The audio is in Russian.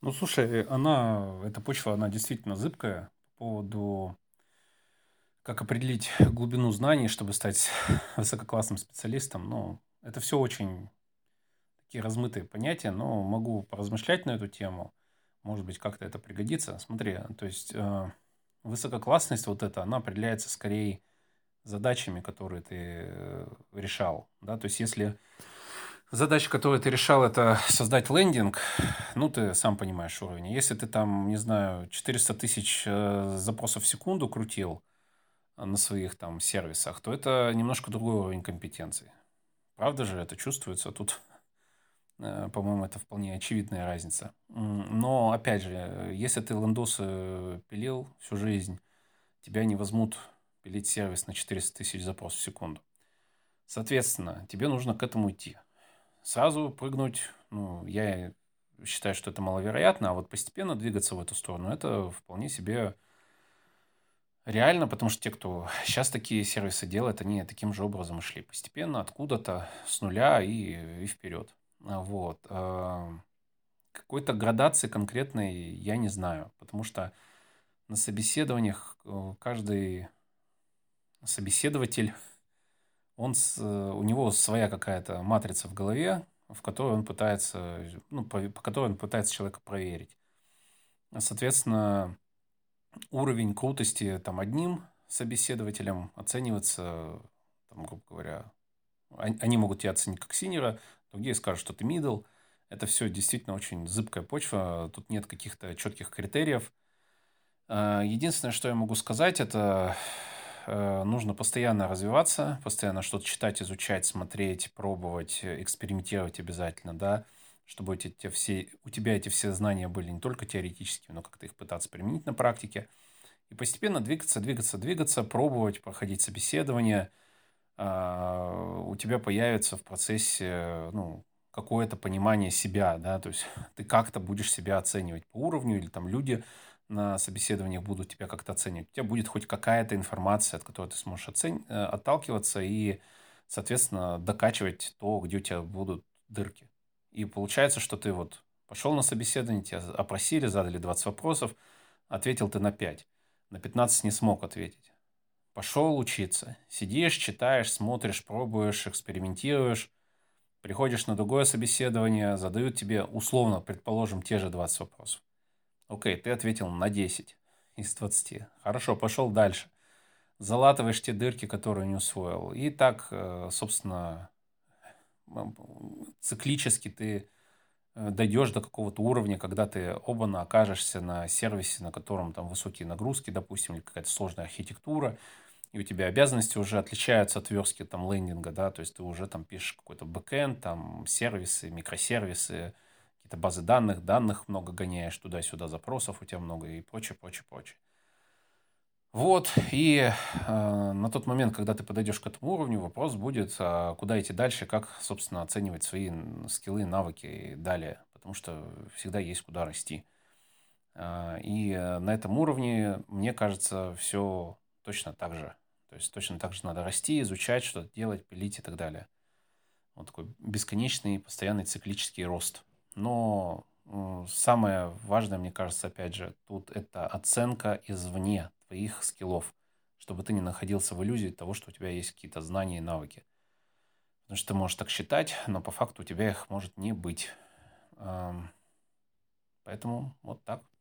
Ну, слушай, эта почва, она действительно зыбкая по поводу, как определить глубину знаний, чтобы стать высококлассным специалистом. Ну, это все очень такие размытые понятия, но могу поразмышлять на эту тему. Может быть, как-то это пригодится. Смотри, то есть высококлассность вот эта, она определяется скорее задачами, которые ты решал. Да? То есть если задача, которую ты решал, это создать лендинг, ну, ты сам понимаешь уровень. Если ты там, не знаю, 400 тысяч запросов в секунду крутил на своих там сервисах, то это немножко другой уровень компетенции. Правда же, это чувствуется. Тут, по-моему, это вполне очевидная разница. Но, опять же, если ты лендосы пилил всю жизнь, тебя не возьмут пилить сервис на 400 тысяч запросов в секунду. Соответственно, тебе нужно к этому идти. Сразу прыгнуть, ну, я считаю, что это маловероятно, а вот постепенно двигаться в эту сторону, это вполне себе реально, потому что те, кто сейчас такие сервисы делают, они таким же образом и шли постепенно, откуда-то, с нуля и вперед. Вот. Какой-то градации конкретной я не знаю, потому что на собеседованиях каждый собеседователь, у него своя какая-то матрица в голове, в которой он пытается, ну, по которой он пытается человека проверить. Соответственно, уровень крутости там одним собеседователем оценивается, там, грубо говоря, они могут тебя оценить как синера, другие скажут, что ты middle. Это все действительно очень зыбкая почва, тут нет каких-то четких критериев. Единственное, что я могу сказать, это нужно постоянно развиваться, постоянно что-то читать, изучать, смотреть, пробовать, экспериментировать обязательно, да, чтобы у тебя эти все знания были не только теоретическими, но как-то их пытаться применить на практике. И постепенно двигаться, пробовать, проходить собеседование. У тебя появится в процессе, ну, какое-то понимание себя, да, то есть ты как-то будешь себя оценивать по уровню, или там люди на собеседованиях будут тебя как-то оценивать. У тебя будет хоть какая-то информация, от которой ты сможешь отталкиваться и, соответственно, докачивать то, где у тебя будут дырки. И получается, что ты вот пошел на собеседование, тебя опросили, задали 20 вопросов, ответил ты на 5, на 15 не смог ответить. Пошел учиться. Сидишь, читаешь, смотришь, пробуешь, экспериментируешь. Приходишь на другое собеседование, задают тебе, условно, предположим, те же 20 вопросов. Окей, ты ответил на 10 из 20. Хорошо, пошел дальше. Залатываешь те дырки, которые не усвоил. И так, собственно, циклически ты дойдешь до какого-то уровня, когда ты оба окажешься на сервисе, на котором там высокие нагрузки, допустим, или какая-то сложная архитектура, и у тебя обязанности уже отличаются от верстки там лендинга, да, то есть ты уже там пишешь какой-то бэкэнд, там сервисы, микросервисы, какие-то базы данных много гоняешь туда-сюда, запросов у тебя много и прочее, прочее, прочее. Вот, и на тот момент, когда ты подойдешь к этому уровню, вопрос будет, куда идти дальше, как, собственно, оценивать свои скиллы, навыки и далее, потому что всегда есть куда расти. На этом уровне, мне кажется, все точно так же. То есть точно так же надо расти, изучать, что-то делать, пилить и так далее. Вот такой бесконечный, постоянный циклический рост. Но самое важное, мне кажется, опять же, тут это оценка извне твоих скиллов, чтобы ты не находился в иллюзии того, что у тебя есть какие-то знания и навыки. Потому что ты можешь так считать, но по факту у тебя их может не быть. Поэтому вот так.